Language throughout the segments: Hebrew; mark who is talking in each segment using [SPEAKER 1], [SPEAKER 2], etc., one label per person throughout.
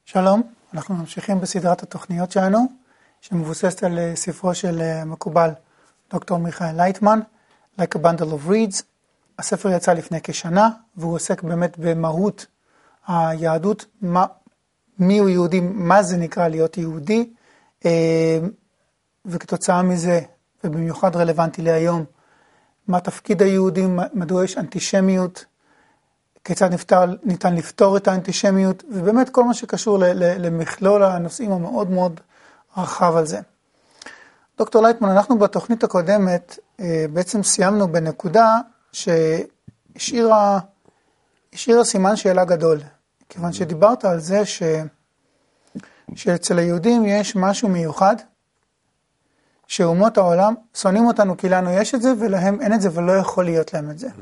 [SPEAKER 1] שלום, אנחנו ממשיכים בסדרת התוכניות שלנו, שמבוססת על ספרו של מקובל דוקטור מיכאל לייטמן, Like a Bundle of Reeds. הספר יצא לפני כשנה, והוא עוסק באמת במהות היהדות, מי הוא יהודי, מה זה נקרא להיות יהודי, וכתוצאה מזה, ובמיוחד רלוונטי להיום, מה תפקיד היהודים, מדוע יש אנטישמיות, כיצד ניתן לפתור את האנטישמיות, ובאמת כל מה שקשור למכלול הנושאים המאוד מאוד רחב על זה. דוקטור לייטמן, אנחנו בתוכנית הקודמת בעצם סיימנו בנקודה שהשאירה סימן שאלה גדול, כיוון שדיברת על זה שאצל היהודים יש משהו מיוחד, שאומות העולם שונאים אותנו כי לנו יש את זה, ולהם אין את זה ולא יכול להיות להם את זה.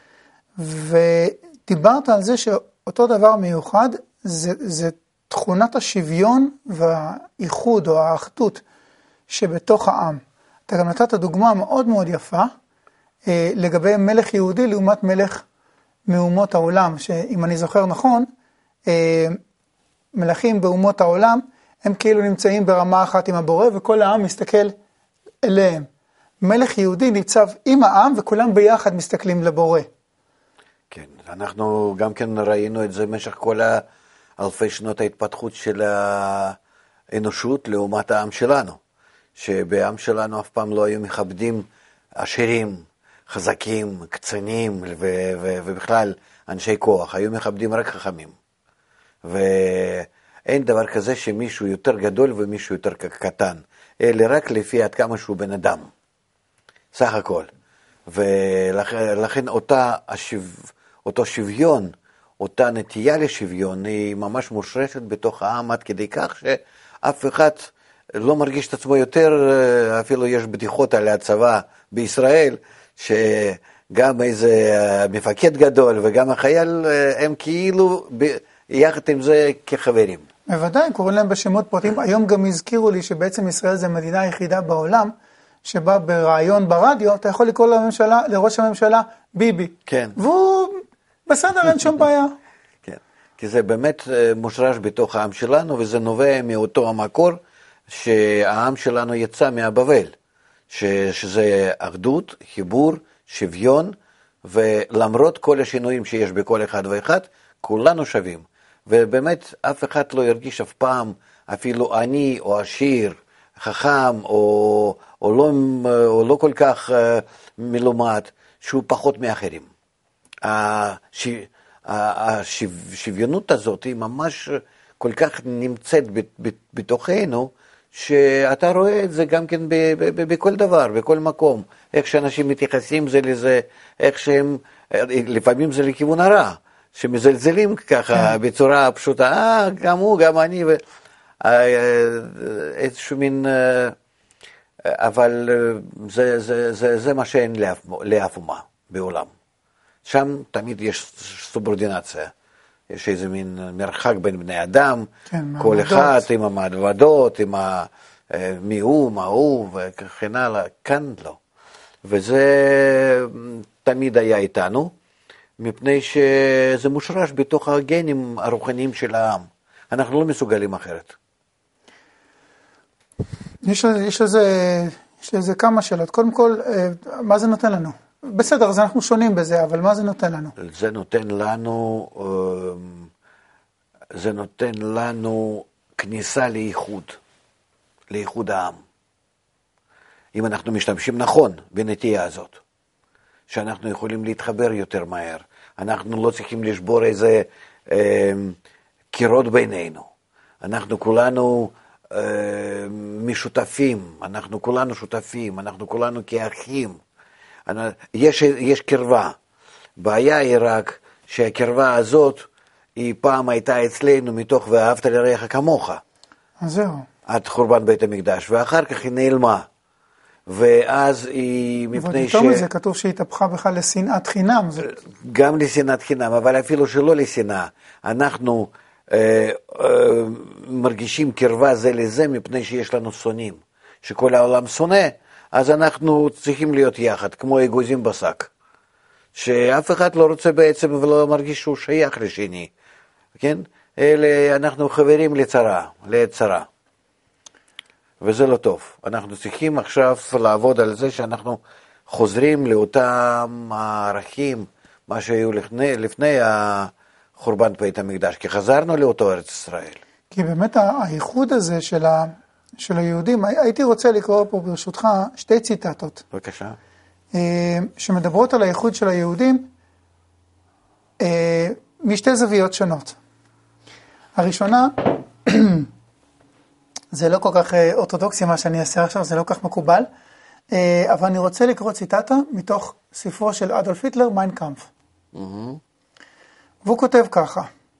[SPEAKER 1] ודיברת על זה שאותו דבר מיוחד, זה תכונת השוויון והאיחוד או האחדות שבתוך העם. אתה גם נתת דוגמה מאוד מאוד יפה, לגבי מלך יהודי לעומת מלך מאומות העולם, שאם אני זוכר נכון, מלכים באומות העולם, הם כאילו נמצאים ברמה אחת עם הבורא, וכל העם מסתכל אליהם. מלך יהודי ניצב עם העם, וכולם ביחד מסתכלים לבורא.
[SPEAKER 2] כן, אנחנו גם כן ראינו את זה במשך כל אלפי שנות ההתפתחות של האנושות לעומת העם שלנו, שבעם שלנו אף פעם לא היו מכבדים עשירים, חזקים, קצנים ובכלל אנשי כוח, היו מכבדים רק חכמים. ואין דבר כזה שמישהו יותר גדול ומישהו יותר קטן, אלא רק לפי עד כמה שהוא בן אדם, סך הכל. ולכן אותו שוויון, אותה נטייה לשוויון, היא ממש מושרשת בתוך העם עד כדי כך שאף אחד לא מרגיש את עצמו יותר, אפילו יש בדיחות על הצבא בישראל, שגם איזה מפקד גדול וגם החייל הם כאילו יחד עם זה כחברים.
[SPEAKER 1] בוודאי, קוראים להם בשמות פרטיים. היום גם הזכירו לי שבעצם ישראל זה המדינה היחידה בעולם, שבה ברעיון ברדיו, אתה יכול לקרוא לראש הממשלה ביבי.
[SPEAKER 2] כן.
[SPEAKER 1] והוא בסדר, אין שום בעיה.
[SPEAKER 2] כן, כי זה באמת מושרש בתוך העם שלנו, וזה נובע מאותו המקור שהעם שלנו יצא מהבבל, שזה אחדות, חיבור, שוויון, ולמרות כל השינויים שיש בכל אחד ואחד, כולנו שווים. ובאמת אף אחד לא ירגיש אף פעם, אפילו עני או עשיר, חכם או לא כל כך מלומד, שהוא פחות מאחרים. השוויונות הזאת היא ממש כל כך נמצאת בתוכנו, שאתה רואה את זה גם כן בכל דבר, בכל מקום. איך שאנשים מתייחסים זה לזה, איך שהם, לפעמים זה לכיוון הרע, שמזלזלים ככה בצורה פשוטה, גם הוא, גם אני, איזשהו מין, אבל זה מה שאין לאף אומה בעולם. שם תמיד יש סובורדינציה, יש איזה מין מרחק בין בני אדם, כן, כל אחד עם המעבדות, עם מי הוא, מה הוא, וכן הלאה, כאן לא. וזה תמיד היה איתנו, מפני שזה מושרש בתוך הגנים הרוחניים של העם. אנחנו לא מסוגלים אחרת.
[SPEAKER 1] יש לזה כמה שאלות. קודם כל, מה זה נותן לנו? בסדר, אז אנחנו שונים בזה, אבל מה זה נותן לנו?
[SPEAKER 2] זה נותן לנו כניסה לאיחוד העם. אם אנחנו משתמשים נכון בנטייה הזאת, שאנחנו יכולים להתחבר יותר מהר. אנחנו לא צריכים לשבור איזה קירות בינינו. אנחנו כולנו משותפים, אנחנו כולנו שותפים, אנחנו כולנו כאחים. יש קרבה. בעיה היא רק שהקרבה הזאת היא פעם הייתה אצלנו מתוך ואהבת לרעך כמוך.
[SPEAKER 1] זהו.
[SPEAKER 2] עד חורבן בית המקדש, ואחר כך היא נעלמה. ואז היא מפני
[SPEAKER 1] ש... מזה כתוב שהיא התהפכה בכלל לשנאת חינם.
[SPEAKER 2] גם לשנאת חינם, אבל אפילו שלא לשנאה. אנחנו מרגישים קרבה זה לזה מפני שיש לנו שונאים. שכל העולם שונא, אז אנחנו צריכים להיות יחד, כמו אגוזים בשק. שאף אחד לא רוצה בעצם ולא מרגיש שהוא שייך לשני. כן? אלה אנחנו חברים לצרה. וזה לא טוב. אנחנו צריכים עכשיו לעבוד על זה שאנחנו חוזרים לאותם הערכים, מה שהיו לפני חורבן בית המקדש, כי חזרנו לאותו ארץ ישראל.
[SPEAKER 1] כי באמת הייחוד הזה של היהודים, הייתי רוצה לקרוא פה ברשותך שתי ציטטות.
[SPEAKER 2] בבקשה.
[SPEAKER 1] שמדברות על הייחוד של היהודים משתי זוויות שונות. הראשונה, זה לא כל כך אורתודוקסי מה שאני אעשה עכשיו, זה לא כל כך מקובל, אבל אני רוצה לקרוא ציטטה מתוך ספרו של אדולף היטלר, מיין קאמפף. והוא כותב ככה,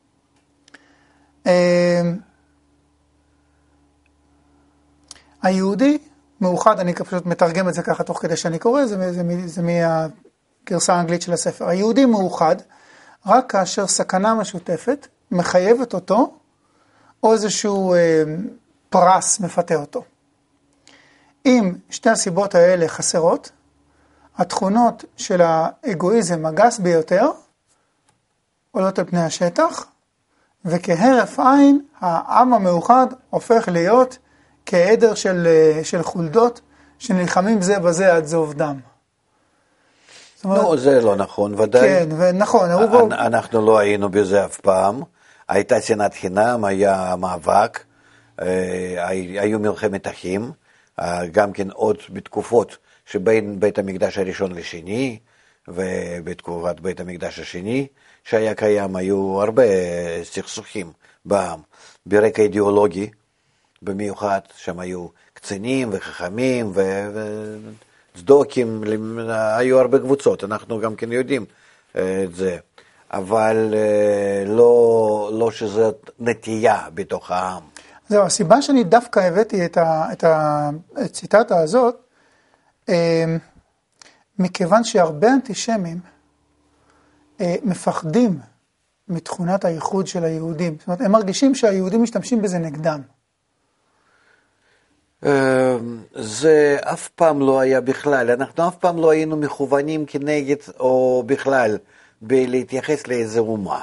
[SPEAKER 1] היהודי מאוחד, אני פשוט מתרגם את זה ככה תוך כדי שאני קורא, זה מהגרסה האנגלית של הספר. היהודי מאוחד רק כאשר סכנה משותפת מחייבת אותו, או איזשהו פרס מפתה אותו. אם שתי הסיבות האלה חסרות, התכונות של האגואיזם הגס ביותר עולות על פני השטח, וכהרף עין העם המאוחד הופך להיות כעדר של חולדות שנלחמים זה בזה עד זוב דם.
[SPEAKER 2] לא, זה לא נכון, ודאי.
[SPEAKER 1] כן, ונכון.
[SPEAKER 2] אנחנו לא היינו בזה אף פעם. הייתה שנאת חינם, היה מאבק, היו מלחמת אחים, גם כן עוד בתקופות שבין בית המקדש הראשון לשני, ובתקופת בית המקדש השני, שהיה קיים, היו הרבה סכסוכים בעם, ברקע אידיאולוגי, במיוחד שם היו קצינים וחכמים וצדוקים, היו הרבה קבוצות, אנחנו גם כן יודעים את זה, אבל לא שזאת נטייה בתוך העם.
[SPEAKER 1] זהו, הסיבה שאני דווקא הבאתי את הציטטה הזאת, מכיוון שהרבה אנטישמים מפחדים מתכונת הייחוד של היהודים. זאת אומרת, הם מרגישים שהיהודים משתמשים בזה נגדם.
[SPEAKER 2] זה אף פעם לא היה בכלל, אנחנו אף פעם לא היינו מכוונים כנגד או בכלל בלהתייחס לאיזה אומה.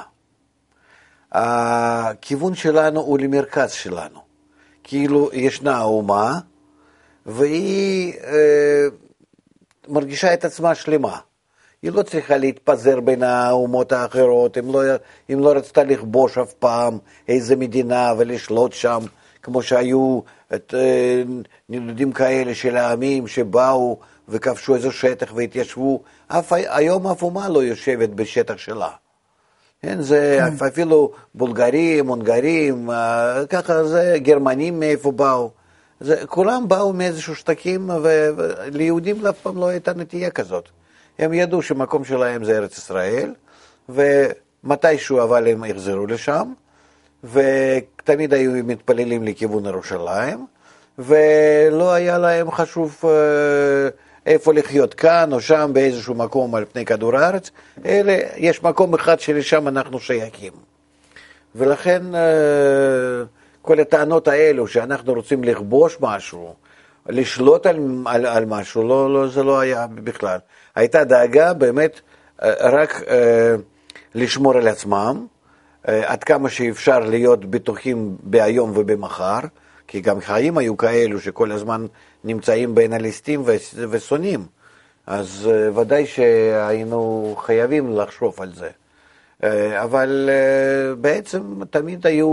[SPEAKER 2] הכיוון שלנו הוא למרכז שלנו. כאילו ישנה האומה והיא מרגישה את עצמה שלמה. היא לא צריכה להתפזר בין האומות האחרות, אם לא רצתה לכבוש אף פעם איזה מדינה ולשלוט שם, כמו שהיו נדודים כאלה של העמים שבאו וכבשו איזה שטח והתיישבו. היום אף אומה לא יושבת בשטח שלה. כן, זה אפילו בולגרים, הונגרים, ככה זה, גרמנים מאיפה באו. כולם באו מאיזשהו שטחים, וליהודים אף פעם לא הייתה נטייה כזאת. הם ידעו שמקום שלהם זה ארץ ישראל, ומתישהו אבל הם יחזרו לשם, ותמיד היו מתפללים לכיוון ירושלים, ולא היה להם חשוב איפה לחיות כאן או שם באיזשהו מקום על פני כדור הארץ, אלא יש מקום אחד שלשם אנחנו שייכים. ולכן כל הטענות האלו שאנחנו רוצים לכבוש משהו, לשלוט על משהו, לא, זה לא היה בכלל. הייתה דאגה באמת רק לשמור על עצמם, עד כמה שאפשר להיות בטוחים בהיום ובמחר, כי גם חיים היו כאלו שכל הזמן נמצאים בין הליסטים ושונאים, אז ודאי שהיינו חייבים לחשוב על זה. אבל בעצם תמיד היו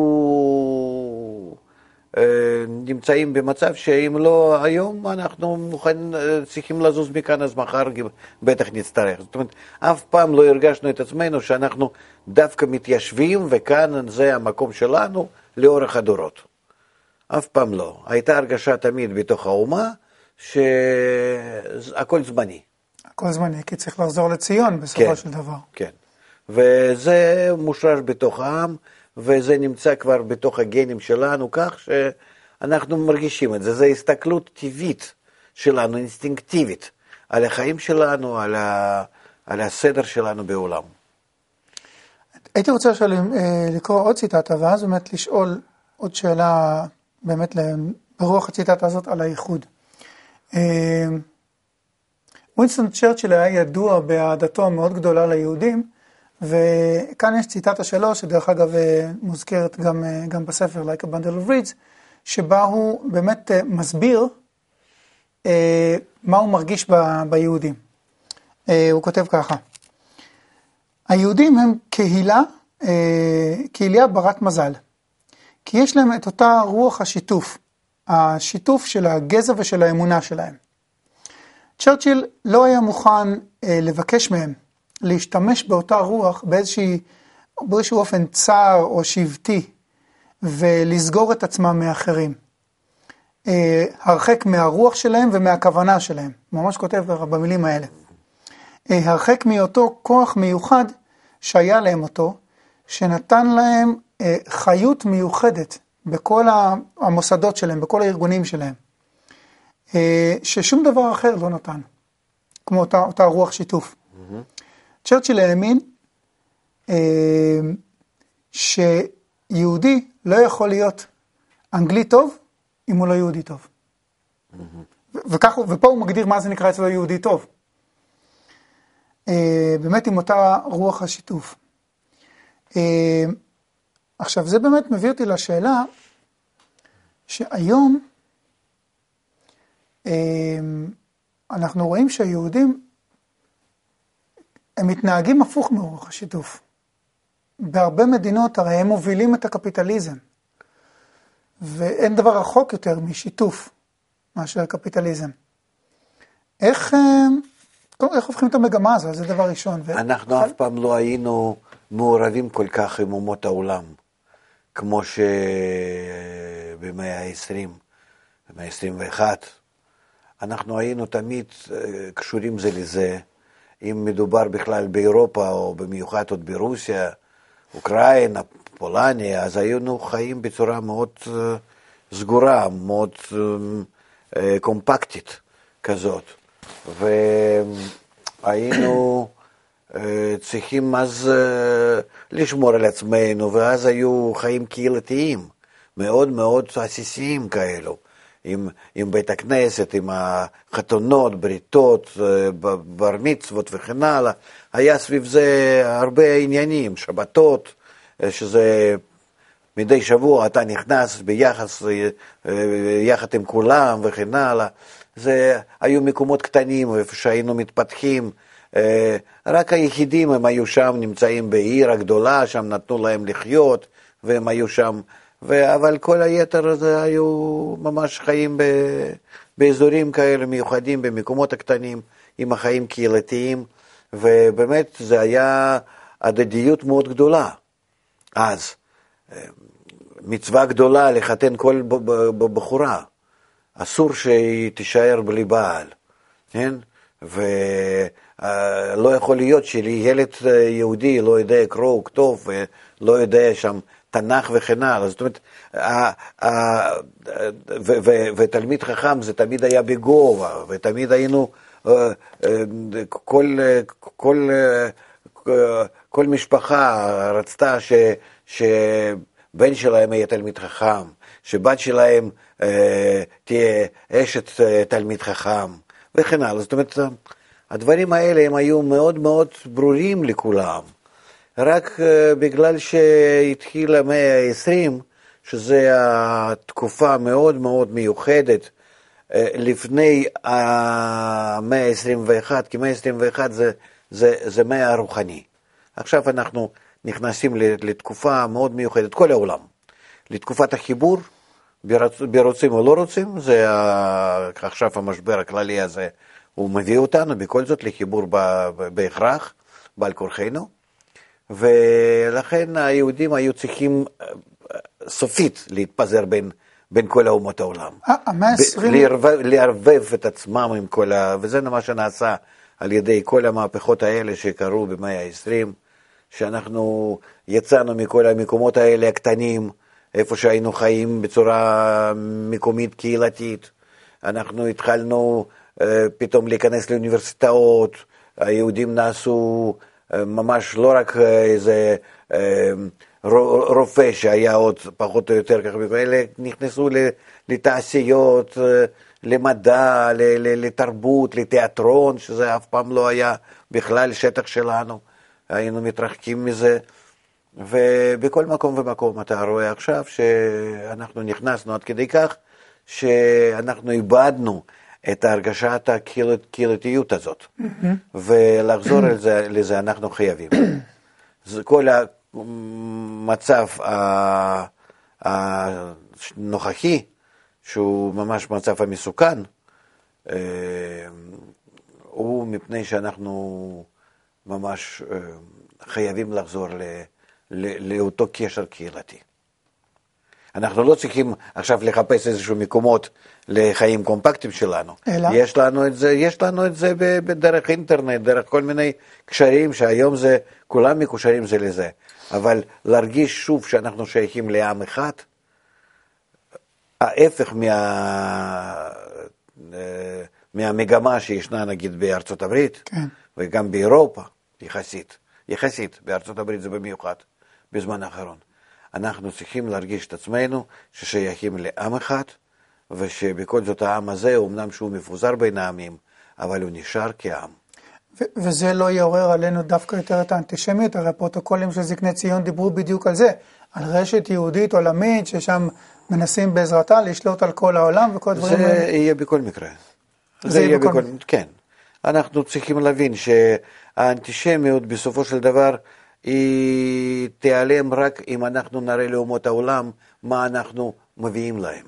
[SPEAKER 2] נמצאים במצב שאם לא היום אנחנו צריכים לזוז מכאן, אז מחר בטח נצטרך. זאת אומרת, אף פעם לא הרגשנו את עצמנו שאנחנו דווקא מתיישבים וכאן זה המקום שלנו לאורך הדורות. אף פעם לא. הייתה הרגשה תמיד בתוך האומה שהכל זמני.
[SPEAKER 1] הכל זמני, כי צריך לחזור לציון בסופו של דבר.
[SPEAKER 2] כן. וזה מושרש בתוך העם, וזה נמצא כבר בתוך הגנים שלנו, כך שאנחנו מרגישים את זה. זו הסתכלות טבעית שלנו, אינסטינקטיבית, על החיים שלנו, על הסדר שלנו בעולם.
[SPEAKER 1] הייתי רוצה לקרוא עוד ציטטה, ואז באמת לשאול עוד שאלה, באמת ברוח הציטטה הזאת על הייחוד. ווינסטון צ'רצ'יל היה ידוע באהדתו המאוד גדולה ליהודים, וכאן יש ציטטה שלו, שדרך אגב מוזכרת גם בספר Like a Bundle of Reeds, שבה הוא באמת מסביר מה הוא מרגיש ביהודים. הוא כותב ככה: היהודים הם קהילה ברת מזל, כי יש להם את אותה רוח השיתוף של הגזע ושל האמונה שלהם. צ'רצ'יל לא היה מוכן לבקש מהם להשתמש באותה רוח באיזשהו אופן צר או שבטי, ולסגור את עצמם מאחרים. הרחק מהרוח שלהם ומהכוונה שלהם. ממש כותב במילים האלה. הרחק מאותו כוח מיוחד שהיה להם אותו, שנתן להם חיות מיוחדת בכל המוסדות שלהם, בכל הארגונים שלהם. ששום דבר אחר לא נתן, כמו אותה רוח שיתוף. צ'רצ'יל האמין שיהודי לא יכול להיות אנגלי טוב אם הוא לא יהודי טוב. ופה הוא מגדיר מה זה נקרא אצלו יהודי טוב. באמת עם אותה רוח השיתוף. עכשיו זה באמת מביא אותי לשאלה שהיום אנחנו רואים שהיהודים הם מתנהגים הפוך מרוח השיתוף. בהרבה מדינות הרי הם מובילים את הקפיטליזם, ואין דבר רחוק יותר משיתוף מאשר קפיטליזם. איך הופכים את המגמה הזו? זה דבר ראשון.
[SPEAKER 2] אנחנו אף פעם לא היינו מעורבים כל כך עם אומות העולם, כמו שבמאה ה-20, במאה ה-21, אנחנו היינו תמיד קשורים זה לזה, אם מדובר בכלל באירופה, או במיוחד עוד ברוסיה, אוקראינה, פולניה, אז היינו חיים בצורה מאוד סגורה, מאוד קומפקטית כזאת. והיינו צריכים אז לשמור על עצמנו, ואז היו חיים קהילתיים, מאוד מאוד עסיסיים כאלו. עם בית הכנסת, עם החתונות, בריתות, בר מצוות וכן הלאה. היה סביב זה הרבה עניינים, שבתות, שזה מדי שבוע אתה נכנס יחד עם כולם וכן הלאה. זה היו מקומות קטנים, איפה שהיינו מתפתחים. רק היחידים הם היו שם, נמצאים בעיר הגדולה, שם נתנו להם לחיות, והם היו שם. אבל כל היתר זה היו ממש חיים באזורים כאלה מיוחדים, במקומות הקטנים, עם החיים קהילתיים, ובאמת זה היה הדדיות מאוד גדולה. אז מצווה גדולה לחתן כל בחורה, אסור שהיא תישאר בלי בעל, כן? ולא יכול להיות שילד יהודי לא יודע קרוא וכתוב, ולא יודע שם תנ"ך וכן הלאה. זאת אומרת, ותלמיד חכם זה תמיד היה בגובה, ותמיד היינו, כל משפחה רצתה שבן שלהם יהיה תלמיד חכם, שבת שלהם תהיה אשת תלמיד חכם, וכן הלאה. זאת אומרת, הדברים האלה הם היו מאוד מאוד ברורים לכולם. רק בגלל שהתחילה המאה ה-20, שזו התקופה מאוד מאוד מיוחדת לפני המאה ה-21, כי המאה ה-21 זה מאה הרוחני. עכשיו אנחנו נכנסים לתקופה מאוד מיוחדת, כל העולם, לתקופת החיבור, ברוצים או לא רוצים, זה עכשיו המשבר הכללי הזה, הוא מביא אותנו בכל זאת לחיבור בהכרח, בעל כורחנו, ולכן היהודים היו צריכים סופית להתפזר בין כל האומות העולם. לערבב את עצמם עם כל וזה מה שנעשה על ידי כל המהפכות האלה שקרו במאה ה-20, שאנחנו יצאנו מכל המקומות האלה הקטנים, איפה שהיינו חיים בצורה מקומית קהילתית. אנחנו התחלנו פתאום להיכנס לאוניברסיטאות, היהודים נעשו ממש לא רק איזה רופא שהיה עוד פחות או יותר ככה, אלא נכנסו לתעשיות, למדע, לתרבות, לתיאטרון, שזה אף פעם לא היה בכלל שטח שלנו. היינו מתרחקים מזה, ובכל מקום ומקום אתה רואה עכשיו שאנחנו נכנסנו עד כדי כך, שאנחנו איבדנו את הרגשת הקהילתיות הזאת, ולחזור לזה אנחנו חייבים. כל המצב הנוכחי, שהוא ממש מצב המסוכן, הוא מפני שאנחנו ממש חייבים לחזור לאותו קשר קהילתי. אנחנו לא צריכים עכשיו לחפש איזשהו מקומות לחיים קומפקטיים שלנו. יש לנו את זה בדרך אינטרנט, דרך כל מיני קשרים, שהיום זה, כולם מקושרים זה לזה. אבל להרגיש שוב שאנחנו שייכים לעם אחד, ההפך מהמגמה שישנה נגיד בארצות הברית, כן. וגם באירופה, יחסית, בארצות הברית זה במיוחד, בזמן האחרון. אנחנו צריכים להרגיש את עצמנו ששייכים לעם אחד, ושבכל זאת העם הזה, אמנם שהוא מפוזר בין העמים, אבל הוא נשאר כעם.
[SPEAKER 1] וזה לא יעורר עלינו דווקא יותר את האנטישמיות, הרי הפרוטוקולים של זקני ציון דיברו בדיוק על זה, על רשת יהודית עולמית, ששם מנסים בעזרתה לשלוט על כל העולם וכל דברים
[SPEAKER 2] האלה. זה יהיה בכל מקרה. זה יהיה בכל מקרה. כן. אנחנו צריכים להבין שהאנטישמיות בסופו של דבר, היא תיעלם רק אם אנחנו נראה לאומות העולם מה אנחנו מביאים להם.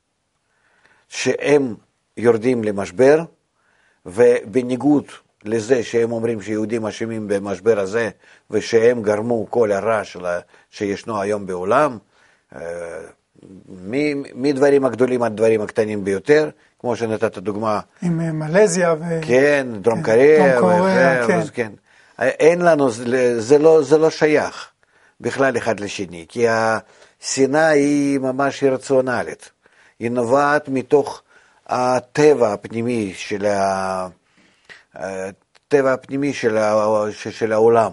[SPEAKER 2] שהם יורדים למשבר, ובניגוד לזה שהם אומרים שיהודים אשמים במשבר הזה, ושהם גרמו כל הרע שישנו היום בעולם, מדברים הגדולים עד דברים הקטנים ביותר, כמו שנתת דוגמה.
[SPEAKER 1] עם מלזיה
[SPEAKER 2] כן, דרום קוריאה. כן. אין לנו, זה לא שייך בכלל אחד לשני, כי השנאה היא ממש רציונלית. היא נובעת מתוך הטבע הפנימי של העולם,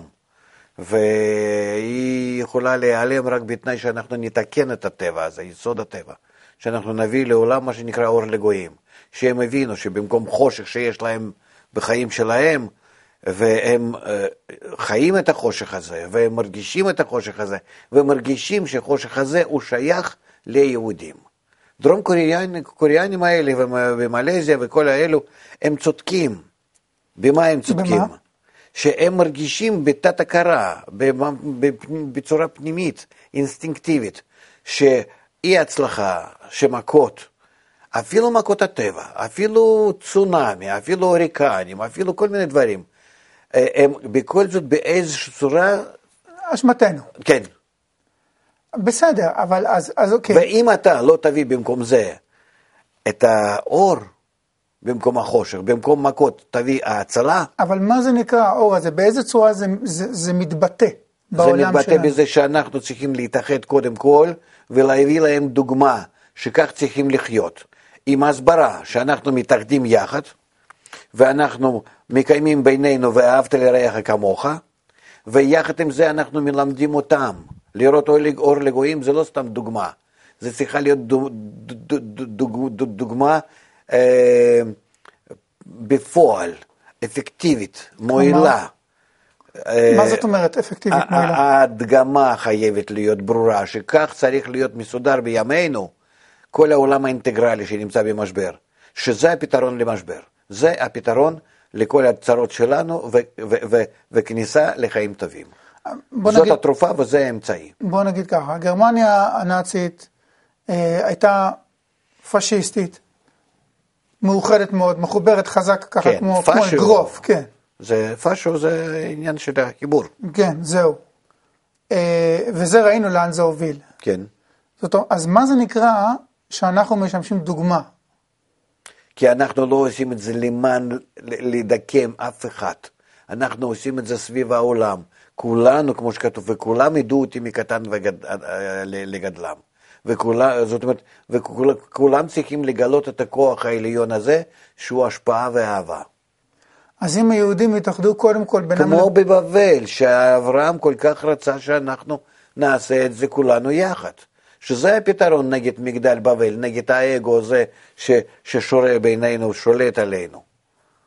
[SPEAKER 2] והיא יכולה להיעלם רק בתנאי שאנחנו נתקן את הטבע הזה, יסוד הטבע, שאנחנו נביא לעולם מה שנקרא אור לגויים, שהם הבינו שבמקום חושך שיש להם בחיים שלהם, והם חיים את החושך הזה, והם מרגישים את החושך הזה, ומרגישים שחושך הזה הוא שייך ליהודים. דרום קוריאנים האלה ומלזיה וכל האלו, הם צודקים. במה הם צודקים? במה? שהם מרגישים בתת הכרה, בצורה פנימית, אינסטינקטיבית, שאי הצלחה, שמכות, אפילו מכות הטבע, אפילו צונאמי, אפילו הוריקנים, אפילו כל מיני דברים, הם בכל זאת באיזושהי צורה...
[SPEAKER 1] אשמתנו.
[SPEAKER 2] כן.
[SPEAKER 1] בסדר, אבל אז אוקיי.
[SPEAKER 2] ואם אתה לא תביא במקום זה את האור, במקום החושך, במקום מכות, תביא ההצלה.
[SPEAKER 1] אבל מה זה נקרא האור הזה? באיזה צורה זה מתבטא בעולם שלנו?
[SPEAKER 2] זה מתבטא בזה שאנחנו צריכים להתאחד קודם כל, ולהביא להם דוגמה שכך צריכים לחיות. עם הסברה שאנחנו מתאחדים יחד, ואנחנו מקיימים בינינו ואהבת לרעך כמוך, ויחד עם זה אנחנו מלמדים אותם. לראות אור לגויים זה לא סתם דוגמה, זה צריכה להיות דוגמה בפועל, אפקטיבית, מועילה.
[SPEAKER 1] מה זאת אומרת אפקטיבית מועילה?
[SPEAKER 2] ההדגמה חייבת להיות ברורה, שכך צריך להיות מסודר בימינו, כל העולם האינטגרלי שנמצא במשבר, שזה הפתרון למשבר, זה הפתרון לכל הצרות שלנו וכניסה לחיים טובים. זאת התרופה וזה האמצעי.
[SPEAKER 1] בוא נגיד ככה, גרמניה הנאצית הייתה פשיסטית, מאוחדת מאוד, מחוברת חזק ככה,
[SPEAKER 2] כן,
[SPEAKER 1] כמו אגרוף, כן.
[SPEAKER 2] פשו זה עניין של החיבור.
[SPEAKER 1] כן, זהו. וזה ראינו לאן זה הוביל.
[SPEAKER 2] כן.
[SPEAKER 1] זאת אומרת, אז מה זה נקרא שאנחנו משמשים דוגמה?
[SPEAKER 2] כי אנחנו לא עושים את זה למען לדקם אף אחד. אנחנו עושים את זה סביב העולם. כולנו, כמו שכתוב, וכולם ידעו אותי מקטן לגדלם. זאת אומרת, וכולם צריכים לגלות את הכוח העליון הזה, שהוא השפעה ואהבה.
[SPEAKER 1] אז אם היהודים יתאחדו קודם כל בינם...
[SPEAKER 2] כמו בבבל, שאברהם כל כך רצה שאנחנו נעשה את זה כולנו יחד. שזה הפתרון נגד מגדל בבל, נגד האגו הזה ששורה בינינו, שולט עלינו.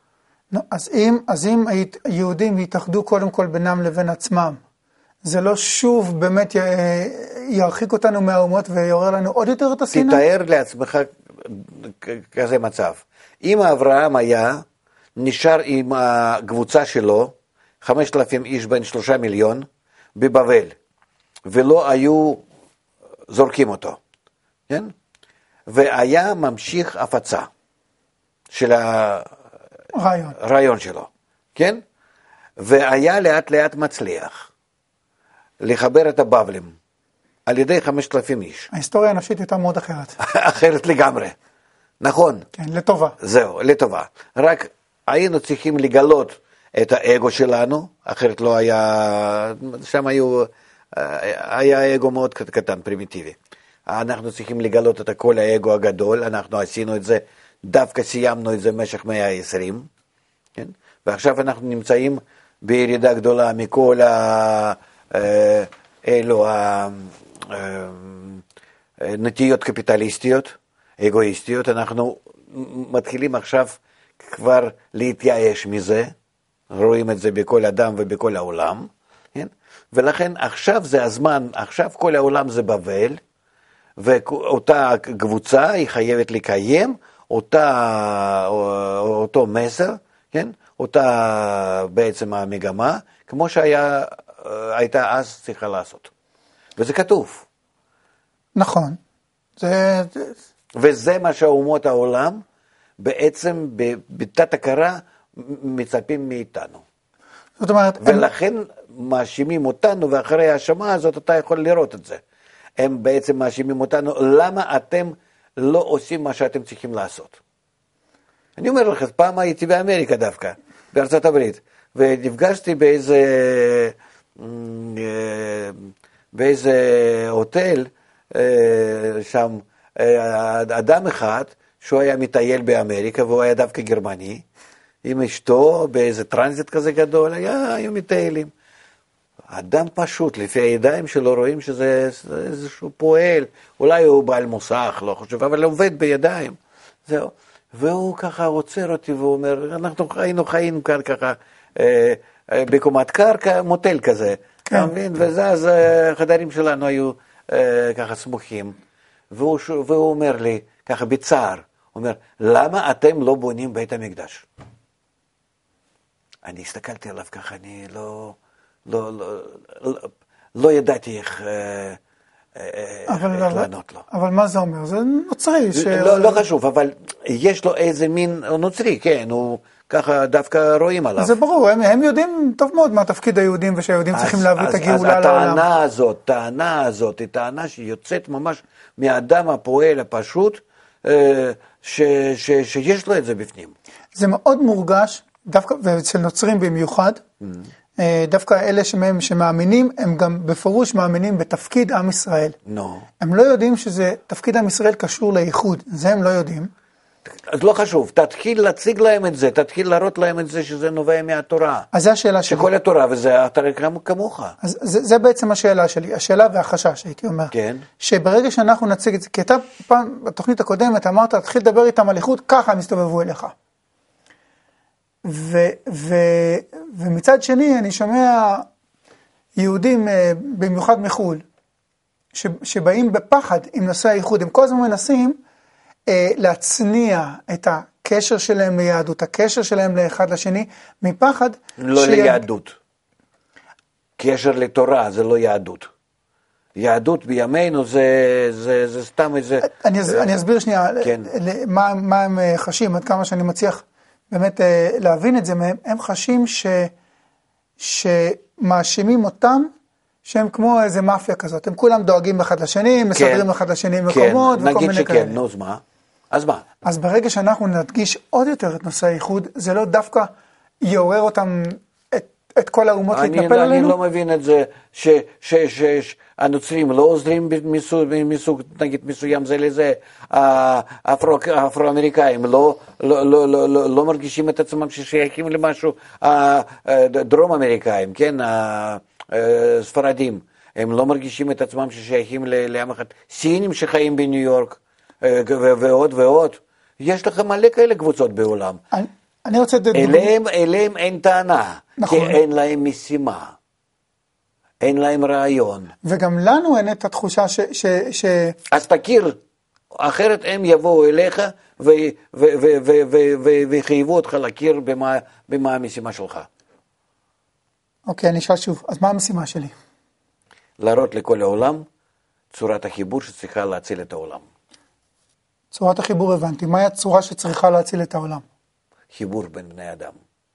[SPEAKER 1] אז אם היהודים יתאחדו קודם כל בינם לבין עצמם, זה לא שוב באמת ירחיק אותנו מהאומות ויעורר לנו עוד יותר את השנאה?
[SPEAKER 2] תתאר לעצמך כזה מצב. אם אברהם היה נשאר עם הקבוצה שלו, 5,000 איש בין 3 מיליון, בבבל, ולא היו זורקים אותו, כן? והיה ממשיך הפצה של הרעיון שלו, כן? והיה לאט לאט מצליח לחבר את הבבלים על ידי 5,000 איש.
[SPEAKER 1] ההיסטוריה האנושית הייתה מאוד אחרת.
[SPEAKER 2] אחרת לגמרי, נכון.
[SPEAKER 1] כן, לטובה.
[SPEAKER 2] זהו, לטובה. רק היינו צריכים לגלות את האגו שלנו, אחרת לא היה, שם היה אגו מאוד קטן, פרימיטיבי. אנחנו צריכים לגלות את כל האגו הגדול, אנחנו עשינו את זה, דווקא סיימנו את זה במשך 120, כן? ועכשיו אנחנו נמצאים בירידה גדולה מכל אלו הנטיות קפיטליסטיות, אגואיסטיות, אנחנו מתחילים עכשיו כבר להתייאש מזה, רואים את זה בכל אדם ובכל העולם, כן? ולכן עכשיו זה הזמן, עכשיו כל העולם זה בבל, ואותה קבוצה היא חייבת לקיים אותו מסר, כן? אותה בעצם המגמה, כמו שהייתה אז צריכה לעשות. וזה כתוב.
[SPEAKER 1] נכון.
[SPEAKER 2] וזה מה שאומות העולם בעצם בתת הכרה מצפים מאיתנו.
[SPEAKER 1] זאת אומרת,
[SPEAKER 2] ולכן מאשימים אותנו, ואחרי ההאשמה הזאת אתה יכול לראות את זה. הם בעצם מאשימים אותנו, למה אתם לא עושים מה שאתם צריכים לעשות? אני אומר לך, פעם הייתי באמריקה דווקא, בארצות הברית, ונפגשתי באיזה הוטל, שם אדם אחד, שהוא היה מטייל באמריקה, והוא היה דווקא גרמני, עם אשתו, באיזה טרנזיט כזה גדול, היו מטיילים. אדם פשוט, לפי הידיים שלו רואים שזה איזשהו פועל, אולי הוא בעל מוסך, לא חושב, אבל הוא עובד בידיים. זהו. והוא ככה עוצר אותי ואומר, אנחנו חיינו כאן ככה, בקומת קרקע, מוטל כזה. אתה מבין? ואז החדרים שלנו היו ככה סמוכים. והוא אומר לי, ככה בצער, הוא אומר, למה אתם לא בונים בית המקדש? אני הסתכלתי עליו ככה, אני לא ידעתי איך לענות לו.
[SPEAKER 1] אבל מה זה אומר? זה נוצרי.
[SPEAKER 2] לא חשוב, אבל יש לו איזה מין נוצרי, כן, הוא ככה דווקא רואים עליו.
[SPEAKER 1] זה ברור, הם יודעים טוב מאוד מה תפקיד היהודים, ושהיהודים צריכים להביא את הגאולה לעולם.
[SPEAKER 2] אז הטענה הזאת היא טענה שיוצאת ממש מהאדם הפועל הפשוט, שיש לו את זה בפנים.
[SPEAKER 1] זה מאוד מורגש, דווקא, ואצל נוצרים במיוחד, דווקא אלה שמאמינים, הם גם בפירוש מאמינים בתפקיד עם ישראל. הם לא יודעים שזה תפקיד עם ישראל קשור לייחוד, זה הם לא יודעים.
[SPEAKER 2] אז לא חשוב, תתחיל להציג להם את זה, תתחיל להראות להם את זה שזה נובע מהתורה.
[SPEAKER 1] אז זה השאלה שלי.
[SPEAKER 2] שכל התורה וזה התורה כמוך.
[SPEAKER 1] אז זה בעצם השאלה שלי, השאלה והחשש, הייתי אומר.
[SPEAKER 2] כן.
[SPEAKER 1] שברגע שאנחנו נציג את זה, כי אתה פעם בתוכנית הקודמת אמרת, תתחיל לדבר איתם על ייחוד, ככה הם יסתובבו אליך. ומצד שני אני שומע יהודים במיוחד מחול, שבאים בפחד עם נושא הייחוד, הם כל הזמן מנסים להצניע את הקשר שלהם ליהדות, הקשר שלהם לאחד לשני, מפחד.
[SPEAKER 2] לא ליהדות. קשר לתורה זה לא יהדות. יהדות בימינו זה סתם איזה...
[SPEAKER 1] אני אסביר שנייה, כן. מה הם חשים, עד כמה שאני מצליח באמת להבין את זה מהם, הם חשים שמאשימים אותם, שהם כמו איזה מאפיה כזאת, הם כולם דואגים אחד לשני, מסדרים אחד לשני מקומות,
[SPEAKER 2] כן, נגיד שכן, נו, אז מה?
[SPEAKER 1] אז ברגע שאנחנו נדגיש עוד יותר את נושא הייחוד, זה לא דווקא יעורר אותם את כל האומות להתנפל עלינו?
[SPEAKER 2] אני לא מבין את זה, שהנוצרים לא עוזרים מסוג, נגיד מסוים זה לזה, האפרו-אמריקאים לא מרגישים את עצמם ששייכים למשהו, דרום-אמריקאים, כן, הספרדים, הם לא מרגישים את עצמם ששייכים לעם אחד, סינים שחיים בניו יורק, ועוד ועוד, יש לך מלא כאלה קבוצות בעולם.
[SPEAKER 1] אני רוצה לדעת...
[SPEAKER 2] אליהם אין טענה,
[SPEAKER 1] נכון.
[SPEAKER 2] כי אין להם משימה, אין להם רעיון.
[SPEAKER 1] וגם לנו אין את התחושה
[SPEAKER 2] אז תכיר, אחרת הם יבואו אליך וחייבו אותך להכיר במה המשימה שלך.
[SPEAKER 1] אוקיי, אני אשאל שוב, אז מה המשימה שלי?
[SPEAKER 2] להראות לכל העולם צורת החיבור שצריכה להציל את העולם.
[SPEAKER 1] צורת החיבור הבנתי, מהי הצורה שצריכה להציל את העולם?
[SPEAKER 2] חיבור בין בני אדם.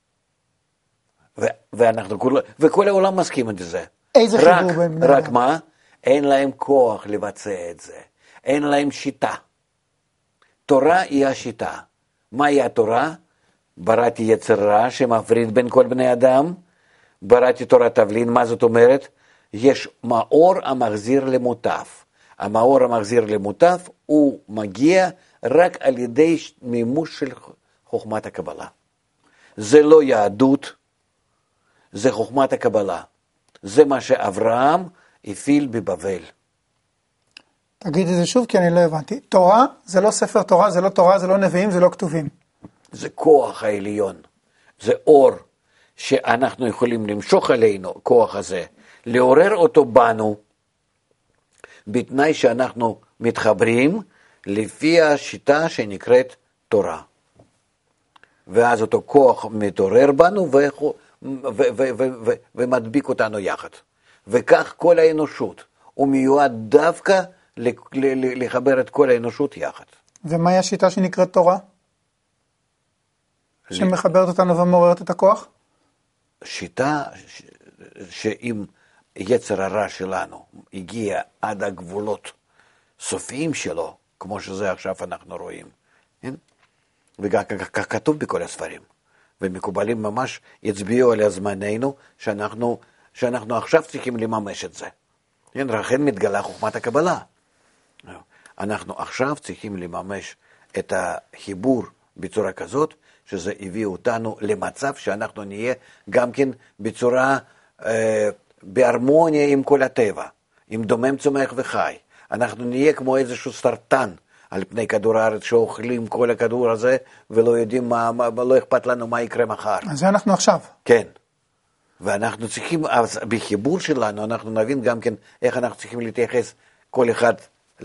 [SPEAKER 2] וכל העולם מסכים את זה.
[SPEAKER 1] איזה חיבור בין בני אדם?
[SPEAKER 2] רק מה? אין להם כוח לבצע את זה. אין להם שיטה. תורה היא השיטה. מהי התורה? בראתי יצר רע שמפריד בין כל בני אדם. בראתי תורת תבלין. מה זאת אומרת? יש מאור המחזיר למוטף. המאור המחזיר למוטף הוא מגיע רק על ידי מימוש של חוכמת הקבלה. זה לא יהדות, זה חוכמת הקבלה. זה מה שאברהם הפעיל בבבל.
[SPEAKER 1] תגיד את זה שוב כי אני לא הבנתי. תורה זה לא ספר תורה, זה לא תורה, זה לא נביאים, זה לא כתובים.
[SPEAKER 2] זה כוח העליון. זה אור שאנחנו יכולים למשוך עלינו, כוח הזה, לעורר אותו בנו, בתנאי שאנחנו מתחברים לפי השיטה שנקראת תורה. ואז אותו כוח מתעורר בנו ומדביק אותנו יחד. וכך כל האנושות. הוא מיועד דווקא לחבר את כל האנושות יחד.
[SPEAKER 1] ומהי השיטה שנקראת תורה? שמחברת אותנו ומעוררת את הכוח?
[SPEAKER 2] שיטה שאם יצר הרע שלנו הגיע עד הגבולות סופיים שלו, כמו שזה עכשיו אנחנו רואים, כן? וכך כתוב בכל הספרים, ומקובלים ממש יצביעו על הזמננו שאנחנו עכשיו צריכים לממש את זה. כן? לכן מתגלה חוכמת הקבלה. אנחנו עכשיו צריכים לממש את החיבור בצורה כזאת, שזה הביא אותנו למצב שאנחנו נהיה גם כן בצורה, בהרמוניה עם כל הטבע, עם דומם צומח וחי. אנחנו נהיה כמו איזשהו סרטן על פני כדור הארץ שאוכלים כל הכדור הזה ולא יודעים לא אכפת לנו מה יקרה מחר.
[SPEAKER 1] אז זה אנחנו עכשיו.
[SPEAKER 2] כן. ואנחנו צריכים, אז בחיבור שלנו אנחנו נבין גם כן איך אנחנו צריכים להתייחס כל אחד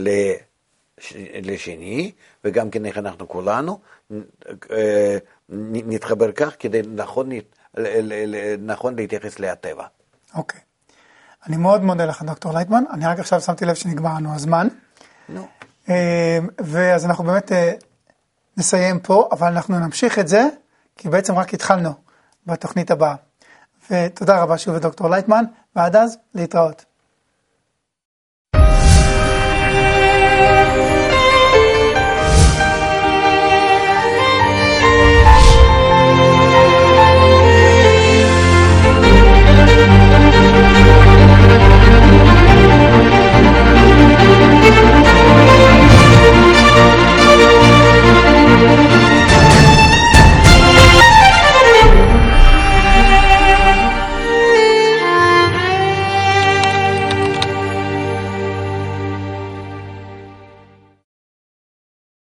[SPEAKER 2] לשני, וגם כן איך אנחנו כולנו נתחבר כך כדי נכון להתייחס לטבע.
[SPEAKER 1] אוקיי. אני מאוד מודה לך, דוקטור לייטמן. אני רק עכשיו שמתי לב שנגמר לנו הזמן.
[SPEAKER 2] נו.
[SPEAKER 1] ואז אנחנו באמת נסיים פה, אבל אנחנו נמשיך את זה, כי בעצם רק התחלנו בתוכנית הבאה. ותודה רבה שוב לדוקטור לייטמן, ועד אז להתראות.